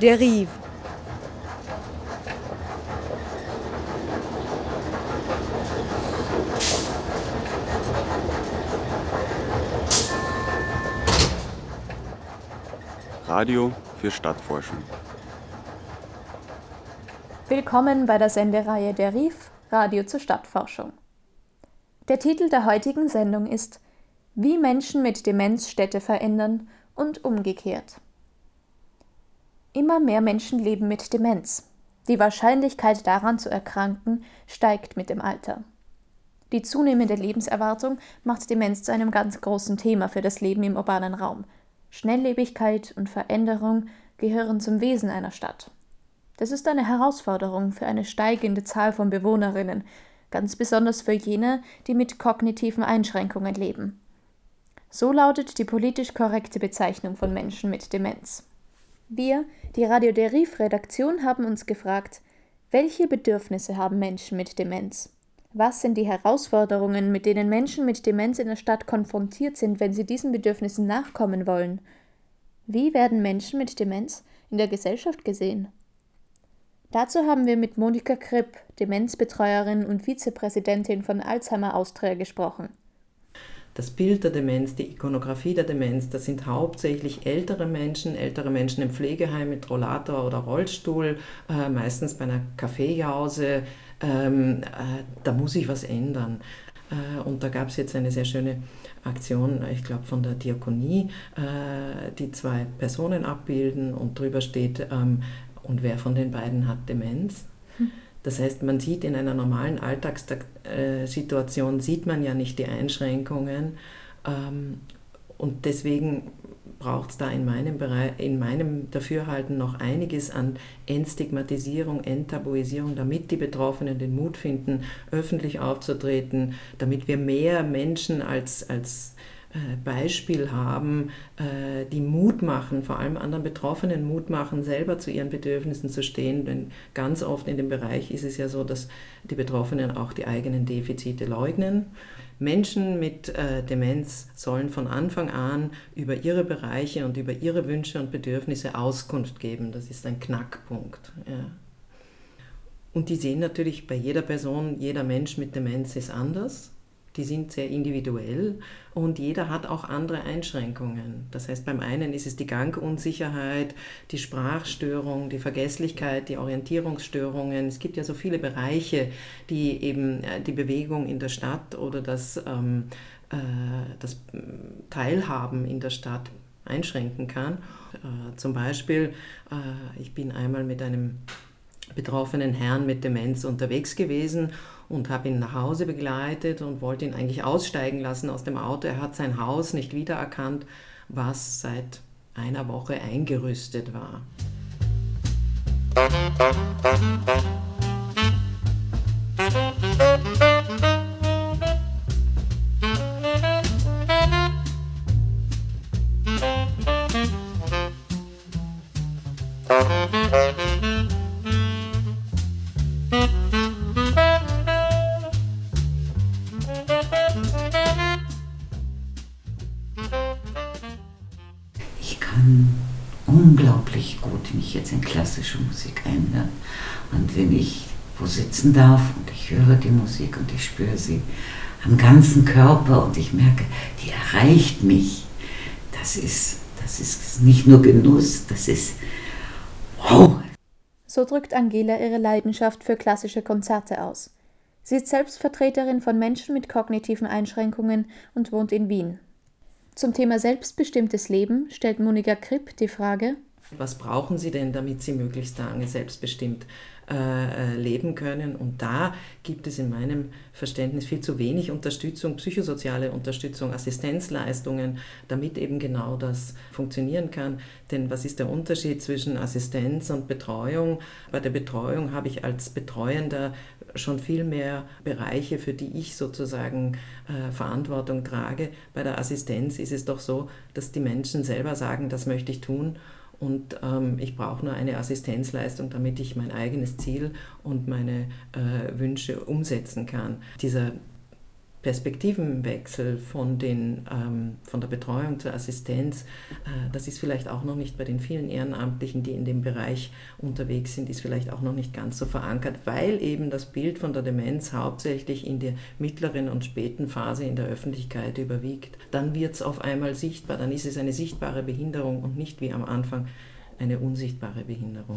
Dérive. Radio für Stadtforschung. Willkommen bei der Sendereihe Dérive, Radio zur Stadtforschung. Der Titel der heutigen Sendung ist Wie Menschen mit Demenz Städte verändern und umgekehrt. Immer mehr Menschen leben mit Demenz. Die Wahrscheinlichkeit daran zu erkranken steigt mit dem Alter. Die zunehmende Lebenserwartung macht Demenz zu einem ganz großen Thema für das Leben im urbanen Raum. Schnelllebigkeit und Veränderung gehören zum Wesen einer Stadt. Das ist eine Herausforderung für eine steigende Zahl von Bewohnerinnen, ganz besonders für jene, die mit kognitiven Einschränkungen leben. So lautet die politisch korrekte Bezeichnung von Menschen mit Demenz. Wir, die Radio Dérive-Redaktion, haben uns gefragt, welche Bedürfnisse haben Menschen mit Demenz? Was sind die Herausforderungen, mit denen Menschen mit Demenz in der Stadt konfrontiert sind, wenn sie diesen Bedürfnissen nachkommen wollen? Wie werden Menschen mit Demenz in der Gesellschaft gesehen? Dazu haben wir mit Monika Kripp, Demenzbetreuerin und Vizepräsidentin von Alzheimer Austria, gesprochen. Das Bild der Demenz, die Ikonografie der Demenz, das sind hauptsächlich ältere Menschen im Pflegeheim mit Rollator oder Rollstuhl, meistens bei einer Kaffeejause. Da muss sich was ändern. Und da gab es jetzt eine sehr schöne Aktion, ich glaube von der Diakonie, die 2 Personen abbilden und drüber steht, und wer von den beiden hat Demenz? Das heißt, man sieht in einer normalen Alltagssituation, sieht man ja nicht die Einschränkungen, und deswegen braucht es da in meinem Dafürhalten noch einiges an Entstigmatisierung, Enttabuisierung, damit die Betroffenen den Mut finden, öffentlich aufzutreten, damit wir mehr Menschen als Beispiel haben, die Mut machen, vor allem anderen Betroffenen Mut machen, selber zu ihren Bedürfnissen zu stehen. Denn ganz oft in dem Bereich ist es ja so, dass die Betroffenen auch die eigenen Defizite leugnen. Menschen mit Demenz sollen von Anfang an über ihre Bereiche und über ihre Wünsche und Bedürfnisse Auskunft geben. Das ist ein Knackpunkt. Ja. Und die sehen natürlich bei jeder Person, jeder Mensch mit Demenz ist anders. Die sind sehr individuell und jeder hat auch andere Einschränkungen. Das heißt, beim einen ist es die Gangunsicherheit, die Sprachstörung, die Vergesslichkeit, die Orientierungsstörungen. Es gibt ja so viele Bereiche, die eben die Bewegung in der Stadt oder das Teilhaben in der Stadt einschränken kann. Zum Beispiel, ich bin einmal mit einem betroffenen Herrn mit Demenz unterwegs gewesen und habe ihn nach Hause begleitet und wollte ihn eigentlich aussteigen lassen aus dem Auto. Er hat sein Haus nicht wiedererkannt, was seit einer Woche eingerüstet war. Unglaublich gut mich jetzt in klassische Musik einhören. Und wenn ich wo sitzen darf und ich höre die Musik und ich spüre sie am ganzen Körper und ich merke, die erreicht mich. Das ist nicht nur Genuss, das ist wow. So drückt Angela ihre Leidenschaft für klassische Konzerte aus. Sie ist selbst Vertreterin von Menschen mit kognitiven Einschränkungen und wohnt in Wien. Zum Thema selbstbestimmtes Leben stellt Monika Kripp die Frage: Was brauchen Sie denn, damit Sie möglichst lange selbstbestimmt leben können? Und da gibt es in meinem Verständnis viel zu wenig Unterstützung, psychosoziale Unterstützung, Assistenzleistungen, damit eben genau das funktionieren kann. Denn was ist der Unterschied zwischen Assistenz und Betreuung? Bei der Betreuung habe ich als Betreuender schon viel mehr Bereiche, für die ich sozusagen Verantwortung trage. Bei der Assistenz ist es doch so, dass die Menschen selber sagen, das möchte ich tun. Und ich brauche nur eine Assistenzleistung, damit ich mein eigenes Ziel und meine Wünsche umsetzen kann. Dieser Perspektivenwechsel von der Betreuung zur Assistenz, das ist vielleicht auch noch nicht bei den vielen Ehrenamtlichen, die in dem Bereich unterwegs sind, ist vielleicht auch noch nicht ganz so verankert, weil eben das Bild von der Demenz hauptsächlich in der mittleren und späten Phase in der Öffentlichkeit überwiegt. Dann wird es auf einmal sichtbar, dann ist es eine sichtbare Behinderung und nicht wie am Anfang eine unsichtbare Behinderung.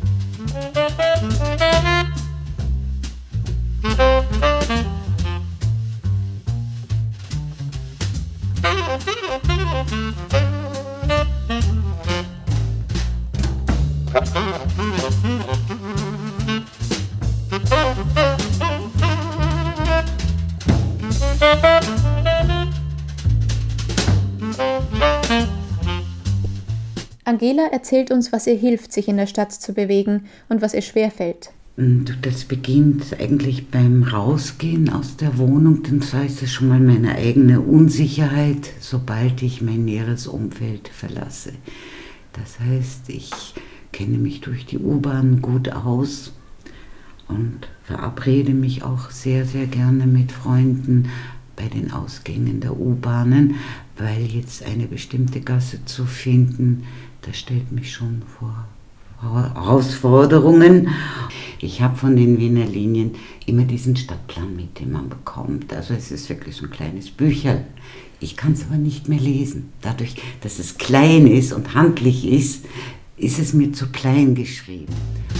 Angela erzählt uns, was ihr hilft, sich in der Stadt zu bewegen und was ihr schwerfällt. Das beginnt eigentlich beim Rausgehen aus der Wohnung, dann ist es schon mal meine eigene Unsicherheit, sobald ich mein näheres Umfeld verlasse. Das heißt, ich kenne mich durch die U-Bahn gut aus und verabrede mich auch sehr, sehr gerne mit Freunden bei den Ausgängen der U-Bahnen, weil jetzt eine bestimmte Gasse zu finden, das stellt mich schon vor Herausforderungen. Ich habe von den Wiener Linien immer diesen Stadtplan mit, den man bekommt. Also es ist wirklich so ein kleines Bücherl. Ich kann es aber nicht mehr lesen. Dadurch, dass es klein ist und handlich ist, ist es mir zu klein geschrieben.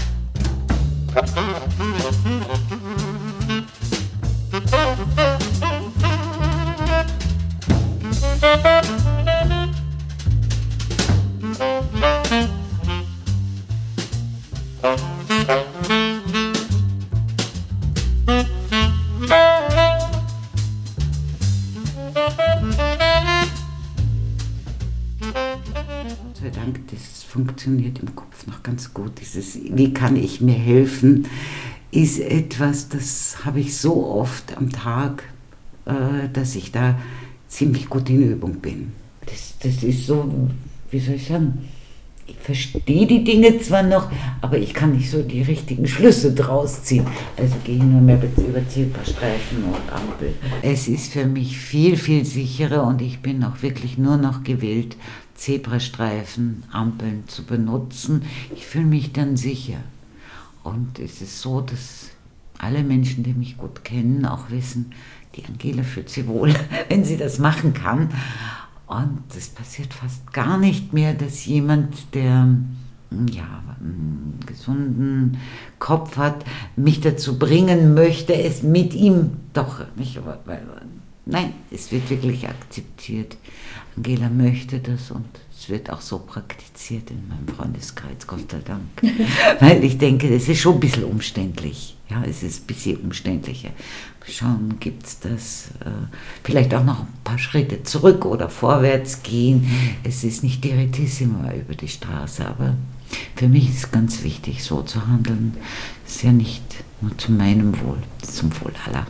Sei Dank, das funktioniert im Kopf noch ganz gut. Wie kann ich mir helfen, ist etwas, das habe ich so oft am Tag, dass ich da ziemlich gut in Übung bin. Das ist so, wie soll ich sagen, ich verstehe die Dinge zwar noch, aber ich kann nicht so die richtigen Schlüsse draus ziehen. Also gehe ich nur mehr über Zebrastreifen und Ampel. Es ist für mich viel, viel sicherer und ich bin auch wirklich nur noch gewillt, Zebrastreifen, Ampeln zu benutzen. Ich fühle mich dann sicher. Und es ist so, dass alle Menschen, die mich gut kennen, auch wissen, die Angela fühlt sich wohl, wenn sie das machen kann. Und es passiert fast gar nicht mehr, dass jemand, der einen gesunden Kopf hat, mich dazu bringen möchte, es mit ihm doch nicht. Nein, es wird wirklich akzeptiert. Angela möchte das und es wird auch so praktiziert in meinem Freundeskreis, Gott sei Dank. Weil ich denke, das ist schon ein bisschen umständlich. Ja, es ist ein bisschen umständlicher. Schauen, gibt es das? Vielleicht auch noch ein paar Schritte zurück oder vorwärts gehen. Es ist nicht direttissima über die Straße, aber für mich ist ganz wichtig, so zu handeln. Es ist ja nicht nur zu meinem Wohl, zum Wohl aller.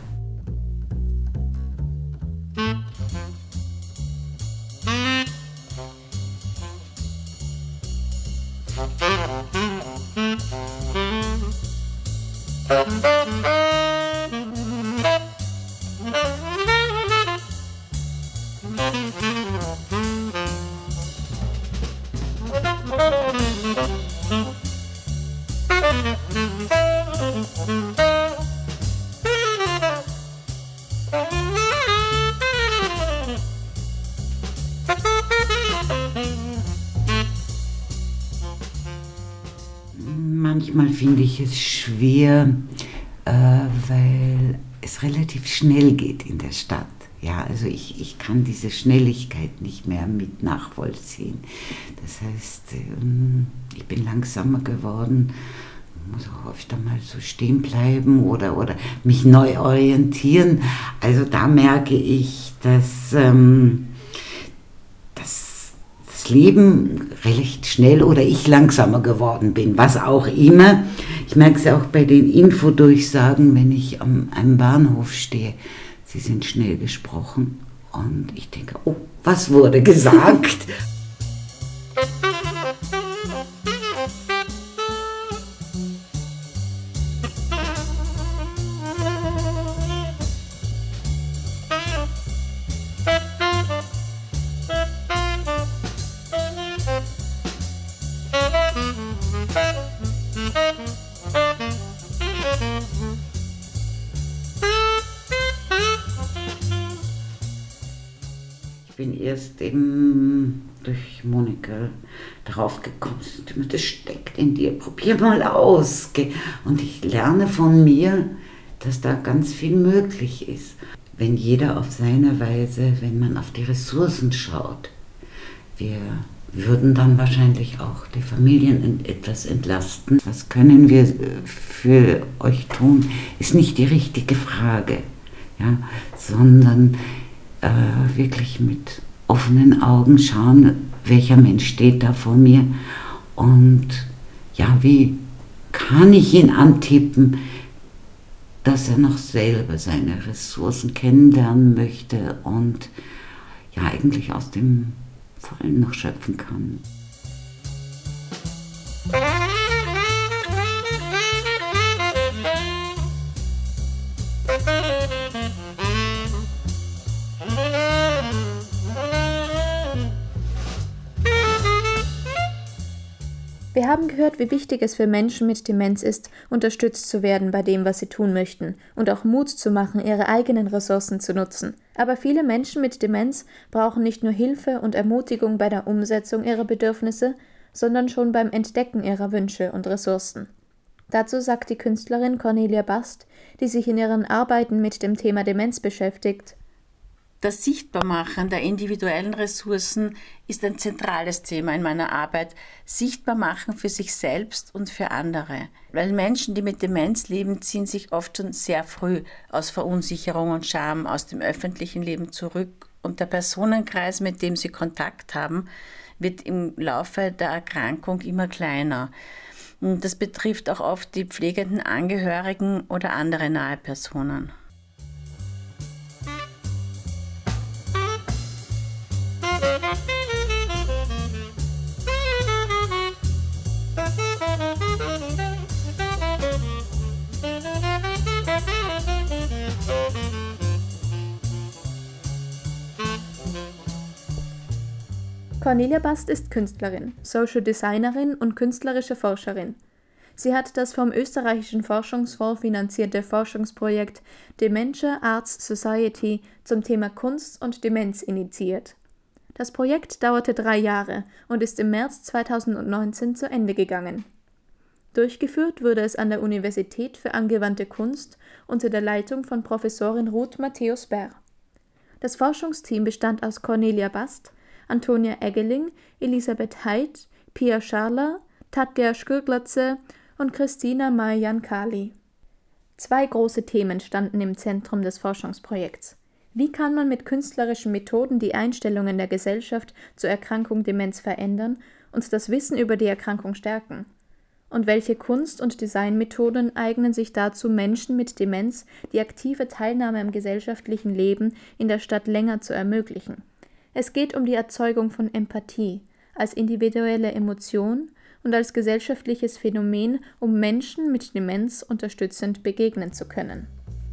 Manchmal finde ich es schwer, weil es relativ schnell geht in der Stadt. Ja, also ich kann diese Schnelligkeit nicht mehr mit nachvollziehen. Das heißt, ich bin langsamer geworden, muss auch öfter mal so stehen bleiben oder mich neu orientieren. Also da merke ich, dass das Leben recht schnell oder ich langsamer geworden bin, was auch immer. Ich merke es auch bei den Infodurchsagen, wenn ich am Bahnhof stehe. Sie sind schnell gesprochen und ich denke, oh, was wurde gesagt? bin erst eben durch Monika darauf gekommen, das steckt in dir, probier mal aus. Und ich lerne von mir, dass da ganz viel möglich ist. Wenn jeder auf seine Weise, wenn man auf die Ressourcen schaut, wir würden dann wahrscheinlich auch die Familien etwas entlasten. Was können wir für euch tun, ist nicht die richtige Frage, ja, sondern wirklich mit offenen Augen schauen, welcher Mensch steht da vor mir und ja, wie kann ich ihn antippen, dass er noch selber seine Ressourcen kennenlernen möchte und ja, eigentlich aus dem Vollen noch schöpfen kann. Wir haben gehört, wie wichtig es für Menschen mit Demenz ist, unterstützt zu werden bei dem, was sie tun möchten und auch Mut zu machen, ihre eigenen Ressourcen zu nutzen. Aber viele Menschen mit Demenz brauchen nicht nur Hilfe und Ermutigung bei der Umsetzung ihrer Bedürfnisse, sondern schon beim Entdecken ihrer Wünsche und Ressourcen. Dazu sagt die Künstlerin Cornelia Bast, die sich in ihren Arbeiten mit dem Thema Demenz beschäftigt: Das Sichtbarmachen der individuellen Ressourcen ist ein zentrales Thema in meiner Arbeit. Sichtbarmachen für sich selbst und für andere. Weil Menschen, die mit Demenz leben, ziehen sich oft schon sehr früh aus Verunsicherung und Scham aus dem öffentlichen Leben zurück. Und der Personenkreis, mit dem sie Kontakt haben, wird im Laufe der Erkrankung immer kleiner. Und das betrifft auch oft die pflegenden Angehörigen oder andere nahe Personen. Cornelia Bast ist Künstlerin, Social Designerin und künstlerische Forscherin. Sie hat das vom österreichischen Forschungsfonds finanzierte Forschungsprojekt Dementia Arts Society zum Thema Kunst und Demenz initiiert. Das Projekt dauerte 3 Jahre und ist im März 2019 zu Ende gegangen. Durchgeführt wurde es an der Universität für angewandte Kunst unter der Leitung von Professorin Ruth Matthäus-Berr. Das Forschungsteam bestand aus Cornelia Bast, Antonia Eggeling, Elisabeth Haidt, Pia Scharler, Tatja Schkurglatze und Christina Marian-Kali. 2 große Themen standen im Zentrum des Forschungsprojekts. Wie kann man mit künstlerischen Methoden die Einstellungen der Gesellschaft zur Erkrankung Demenz verändern und das Wissen über die Erkrankung stärken? Und welche Kunst- und Designmethoden eignen sich dazu, Menschen mit Demenz die aktive Teilnahme am gesellschaftlichen Leben in der Stadt länger zu ermöglichen? Es geht um die Erzeugung von Empathie als individuelle Emotion und als gesellschaftliches Phänomen, um Menschen mit Demenz unterstützend begegnen zu können.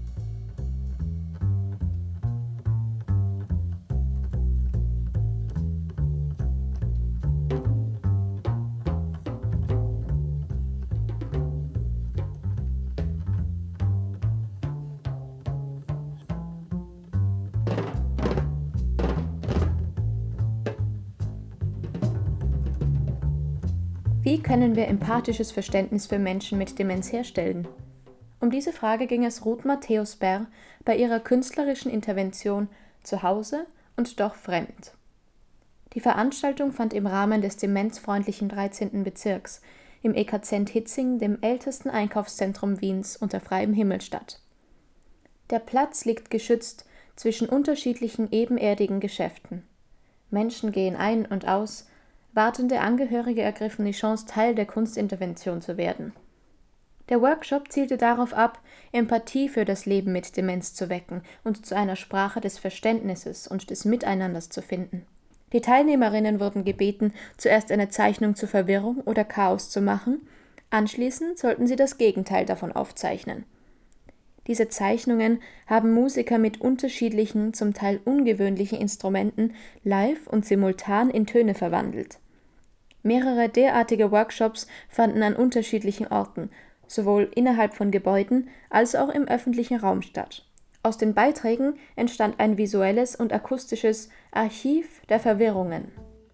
Wie können wir empathisches Verständnis für Menschen mit Demenz herstellen? Um diese Frage ging es Ruth Matthäus-Berr bei ihrer künstlerischen Intervention Zu Hause und doch fremd. Die Veranstaltung fand im Rahmen des demenzfreundlichen 13. Bezirks im EK-Zent Hitzing, dem ältesten Einkaufszentrum Wiens, unter freiem Himmel statt. Der Platz liegt geschützt zwischen unterschiedlichen ebenerdigen Geschäften. Menschen gehen ein und aus, wartende Angehörige ergriffen die Chance, Teil der Kunstintervention zu werden. Der Workshop zielte darauf ab, Empathie für das Leben mit Demenz zu wecken und zu einer Sprache des Verständnisses und des Miteinanders zu finden. Die Teilnehmerinnen wurden gebeten, zuerst eine Zeichnung zur Verwirrung oder Chaos zu machen, anschließend sollten sie das Gegenteil davon aufzeichnen. Diese Zeichnungen haben Musiker mit unterschiedlichen, zum Teil ungewöhnlichen Instrumenten live und simultan in Töne verwandelt. Mehrere derartige Workshops fanden an unterschiedlichen Orten, sowohl innerhalb von Gebäuden als auch im öffentlichen Raum statt. Aus den Beiträgen entstand ein visuelles und akustisches Archiv der Verwirrungen.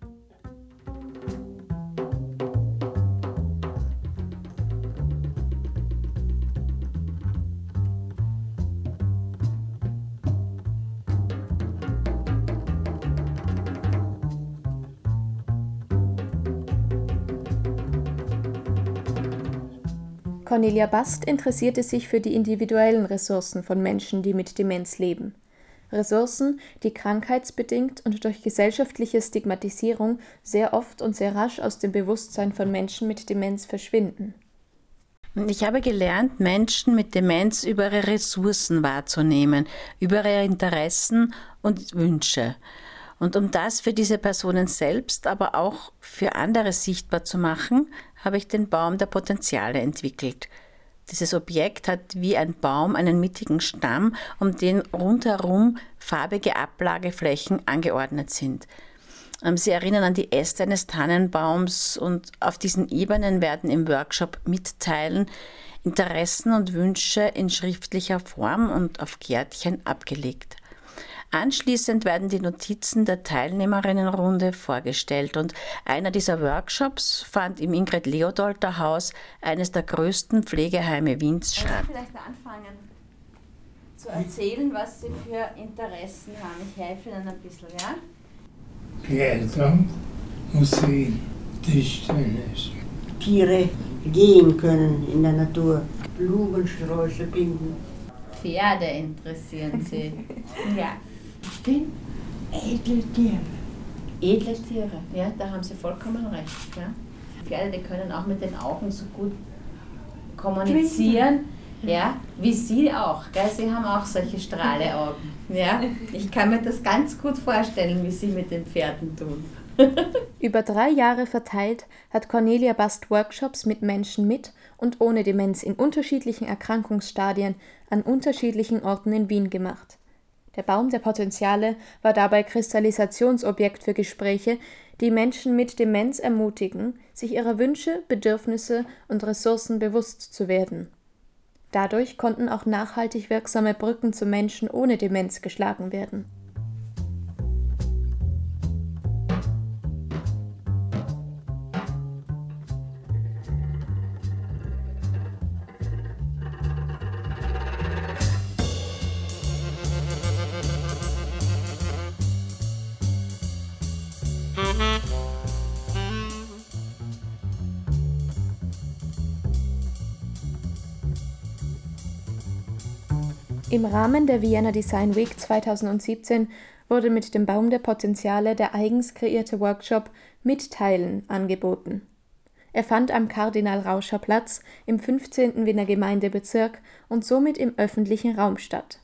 Cornelia Bast interessierte sich für die individuellen Ressourcen von Menschen, die mit Demenz leben. Ressourcen, die krankheitsbedingt und durch gesellschaftliche Stigmatisierung sehr oft und sehr rasch aus dem Bewusstsein von Menschen mit Demenz verschwinden. Ich habe gelernt, Menschen mit Demenz über ihre Ressourcen wahrzunehmen, über ihre Interessen und Wünsche. Und um das für diese Personen selbst, aber auch für andere sichtbar zu machen, habe ich den Baum der Potenziale entwickelt. Dieses Objekt hat wie ein Baum einen mittigen Stamm, um den rundherum farbige Ablageflächen angeordnet sind. Sie erinnern an die Äste eines Tannenbaums und auf diesen Ebenen werden im Workshop Mitteilen, Interessen und Wünsche in schriftlicher Form und auf Kärtchen abgelegt. Anschließend werden die Notizen der Teilnehmerinnenrunde vorgestellt und einer dieser Workshops fand im Ingrid-Leodolter-Haus, eines der größten Pflegeheime Wiens, statt. Ich vielleicht anfangen zu erzählen, was Sie für Interessen haben. Ich helfe Ihnen ein bisschen, ja? Kleidung, Musik, Tischtennis. Tiere gehen können in der Natur, Blumensträuße binden. Pferde interessieren Sie. Ja. Edle Tiere. Edle Tiere, ja, da haben Sie vollkommen recht. Ja. Pferde, die können auch mit den Augen so gut kommunizieren, ja, wie Sie auch. Gell? Sie haben auch solche Strahleaugen. Ja. Ich kann mir das ganz gut vorstellen, wie Sie mit den Pferden tun. Über 3 Jahre verteilt hat Cornelia Bast Workshops mit Menschen mit und ohne Demenz in unterschiedlichen Erkrankungsstadien an unterschiedlichen Orten in Wien gemacht. Der Baum der Potenziale war dabei Kristallisationsobjekt für Gespräche, die Menschen mit Demenz ermutigen, sich ihrer Wünsche, Bedürfnisse und Ressourcen bewusst zu werden. Dadurch konnten auch nachhaltig wirksame Brücken zu Menschen ohne Demenz geschlagen werden. Im Rahmen der Vienna Design Week 2017 wurde mit dem Baum der Potenziale der eigens kreierte Workshop Mitteilen angeboten. Er fand am Kardinal-Rauscher-Platz im 15. Wiener Gemeindebezirk und somit im öffentlichen Raum statt.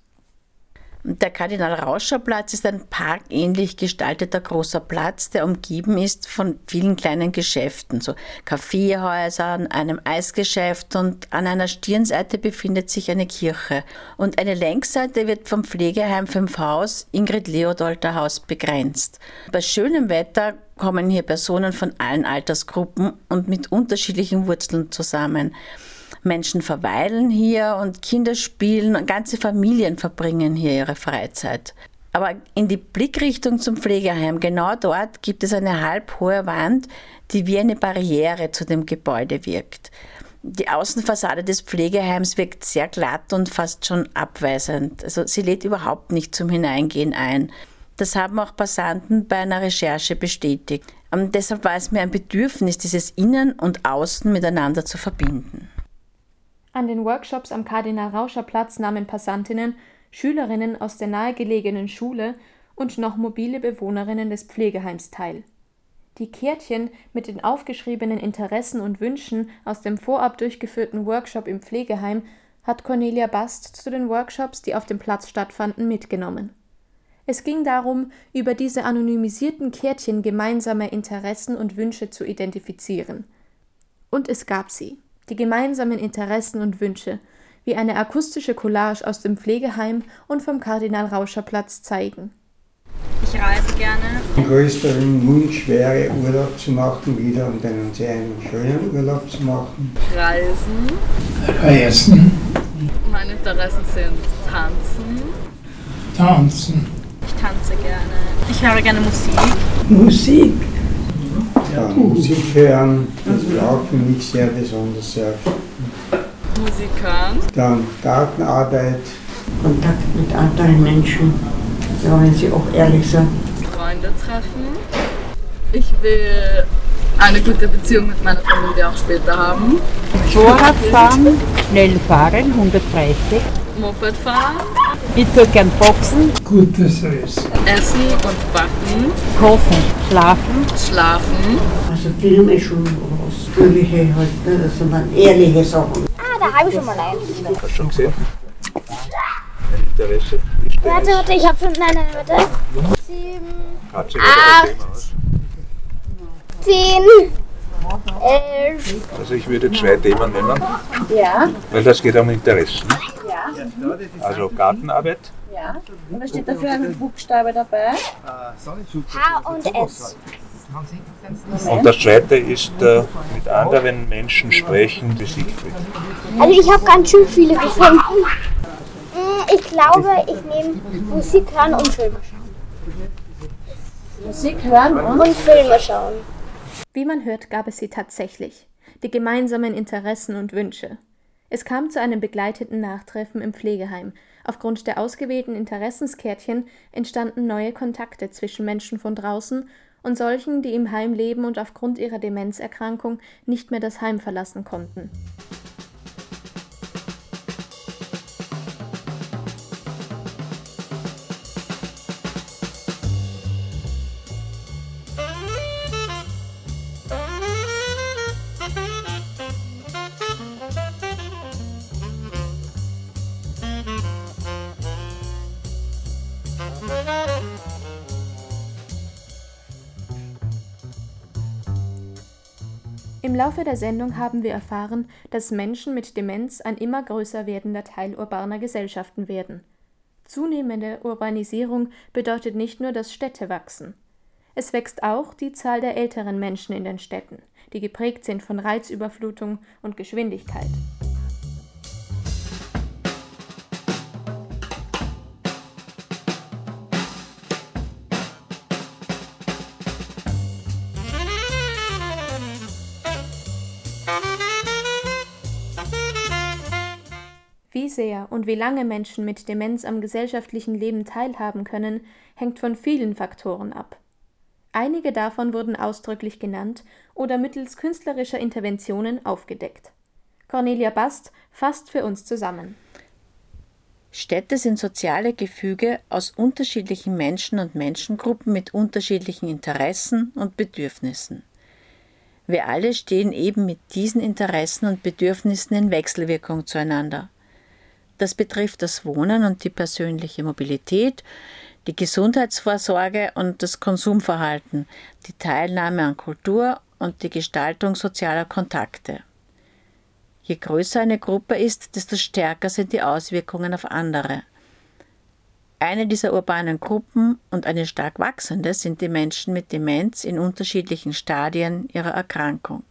Der Kardinal-Rauscher-Platz ist ein parkähnlich gestalteter großer Platz, der umgeben ist von vielen kleinen Geschäften, so Kaffeehäusern, einem Eisgeschäft, und an einer Stirnseite befindet sich eine Kirche. Und eine Längsseite wird vom Pflegeheim 5 Haus, Ingrid-Leodolter-Haus, begrenzt. Bei schönem Wetter kommen hier Personen von allen Altersgruppen und mit unterschiedlichen Wurzeln zusammen. Menschen verweilen hier und Kinder spielen und ganze Familien verbringen hier ihre Freizeit. Aber in die Blickrichtung zum Pflegeheim, genau dort gibt es eine halbhohe Wand, die wie eine Barriere zu dem Gebäude wirkt. Die Außenfassade des Pflegeheims wirkt sehr glatt und fast schon abweisend. Also sie lädt überhaupt nicht zum Hineingehen ein. Das haben auch Passanten bei einer Recherche bestätigt. Und deshalb war es mir ein Bedürfnis, dieses Innen und Außen miteinander zu verbinden. An den Workshops am Kardinal-Rauscher-Platz nahmen Passantinnen, Schülerinnen aus der nahegelegenen Schule und noch mobile Bewohnerinnen des Pflegeheims teil. Die Kärtchen mit den aufgeschriebenen Interessen und Wünschen aus dem vorab durchgeführten Workshop im Pflegeheim hat Cornelia Bast zu den Workshops, die auf dem Platz stattfanden, mitgenommen. Es ging darum, über diese anonymisierten Kärtchen gemeinsame Interessen und Wünsche zu identifizieren. Und es gab sie. Die gemeinsamen Interessen und Wünsche, wie eine akustische Collage aus dem Pflegeheim und vom Kardinal-Rauscher-Platz zeigen. Ich reise gerne. Mein größter Wunsch wäre, Urlaub zu machen wieder und einen sehr schönen Urlaub zu machen. Reisen. Reisen. Meine Interessen sind Tanzen. Tanzen. Ich tanze gerne. Ich höre gerne Musik. Musik. Ja, Musik hören, das auch für mich sehr besonders sehr. Musik hören. Dann Gartenarbeit. Kontakt mit anderen Menschen, ja, wenn sie auch ehrlich sind. Freunde treffen. Ich will eine gute Beziehung mit meiner Familie auch später haben. Motorrad fahren, schnell fahren, 130. Moped fahren. Ich tue gern boxen. Gutes Essen. Essen und backen. Kochen, schlafen. Schlafen. Also Filme schon ausführliche halt, ne? Das sind dann ehrliche Sachen. Da habe ich schon mal einen. Hast du schon gesehen? Ein Interesse? Warte, ich habe 5, nein, warte. 7, 8, 10, 11. Also ich würde 2 Themen nennen, Ja. weil das geht um Interessen. Ja. Also Gartenarbeit. Ja. Und was steht da für ein Buchstabe dabei? H und S. Und das zweite ist mit anderen Menschen sprechen, Musikfried. Also ich habe ganz schön viele gefunden. Ich glaube, ich nehme Musik hören und Filme schauen. Musik hören und Filme schauen. Wie man hört, gab es sie tatsächlich, die gemeinsamen Interessen und Wünsche. Es kam zu einem begleiteten Nachtreffen im Pflegeheim. Aufgrund der ausgewählten Interessenskärtchen entstanden neue Kontakte zwischen Menschen von draußen und solchen, die im Heim leben und aufgrund ihrer Demenzerkrankung nicht mehr das Heim verlassen konnten. Im Laufe der Sendung haben wir erfahren, dass Menschen mit Demenz ein immer größer werdender Teil urbaner Gesellschaften werden. Zunehmende Urbanisierung bedeutet nicht nur, dass Städte wachsen. Es wächst auch die Zahl der älteren Menschen in den Städten, die geprägt sind von Reizüberflutung und Geschwindigkeit. Wie sehr und wie lange Menschen mit Demenz am gesellschaftlichen Leben teilhaben können, hängt von vielen Faktoren ab. Einige davon wurden ausdrücklich genannt oder mittels künstlerischer Interventionen aufgedeckt. Cornelia Bast fasst für uns zusammen. Städte sind soziale Gefüge aus unterschiedlichen Menschen und Menschengruppen mit unterschiedlichen Interessen und Bedürfnissen. Wir alle stehen eben mit diesen Interessen und Bedürfnissen in Wechselwirkung zueinander. Das betrifft das Wohnen und die persönliche Mobilität, die Gesundheitsvorsorge und das Konsumverhalten, die Teilnahme an Kultur und die Gestaltung sozialer Kontakte. Je größer eine Gruppe ist, desto stärker sind die Auswirkungen auf andere. Eine dieser urbanen Gruppen und eine stark wachsende sind die Menschen mit Demenz in unterschiedlichen Stadien ihrer Erkrankung.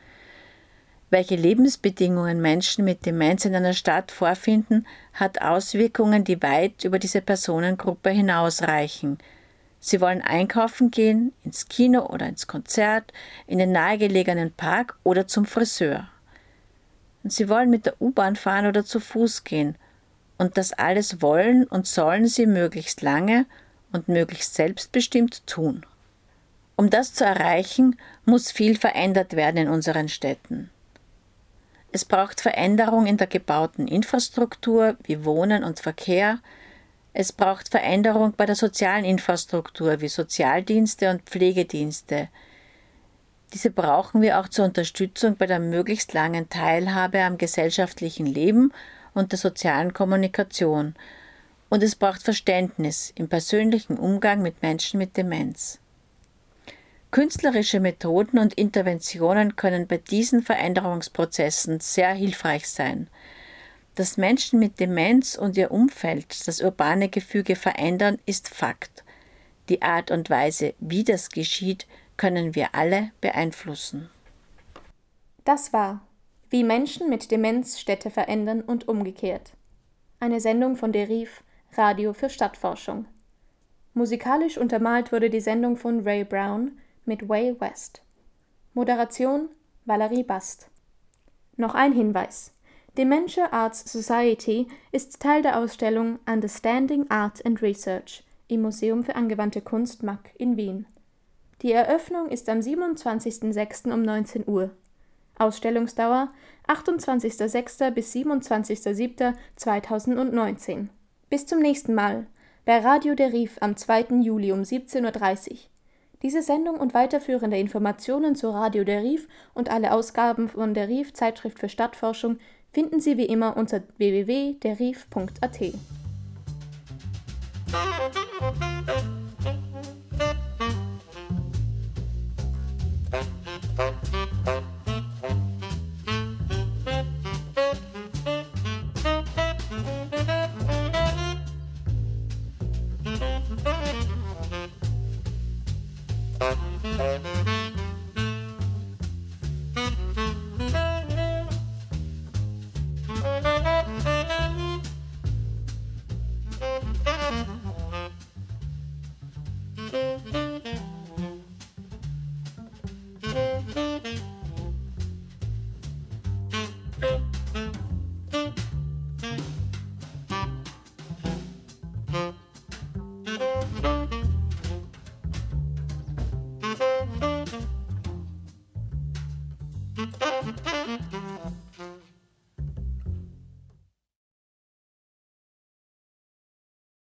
Welche Lebensbedingungen Menschen mit Demenz in einer Stadt vorfinden, hat Auswirkungen, die weit über diese Personengruppe hinausreichen. Sie wollen einkaufen gehen, ins Kino oder ins Konzert, in den nahegelegenen Park oder zum Friseur. Und sie wollen mit der U-Bahn fahren oder zu Fuß gehen. Und das alles wollen und sollen sie möglichst lange und möglichst selbstbestimmt tun. Um das zu erreichen, muss viel verändert werden in unseren Städten. Es braucht Veränderung in der gebauten Infrastruktur wie Wohnen und Verkehr. Es braucht Veränderung bei der sozialen Infrastruktur wie Sozialdienste und Pflegedienste. Diese brauchen wir auch zur Unterstützung bei der möglichst langen Teilhabe am gesellschaftlichen Leben und der sozialen Kommunikation. Und es braucht Verständnis im persönlichen Umgang mit Menschen mit Demenz. Künstlerische Methoden und Interventionen können bei diesen Veränderungsprozessen sehr hilfreich sein. Dass Menschen mit Demenz und ihr Umfeld das urbane Gefüge verändern, ist Fakt. Die Art und Weise, wie das geschieht, können wir alle beeinflussen. Das war Wie Menschen mit Demenz Städte verändern und umgekehrt. Eine Sendung von DERIF, Radio für Stadtforschung. Musikalisch untermalt wurde die Sendung von Ray Brown mit Way West. Moderation Valerie Bast. Noch ein Hinweis. Dementia Arts Society ist Teil der Ausstellung Understanding Art and Research im Museum für angewandte Kunst MAK in Wien. Die Eröffnung ist am 27.06. um 19 Uhr. Ausstellungsdauer 28.06. bis 27.07.2019. Bis zum nächsten Mal bei Radio DERIF am 2. Juli um 17.30 Uhr. Diese Sendung und weiterführende Informationen zu Radio DERIF und alle Ausgaben von DERIF Zeitschrift für Stadtforschung finden Sie wie immer unter www.derif.at.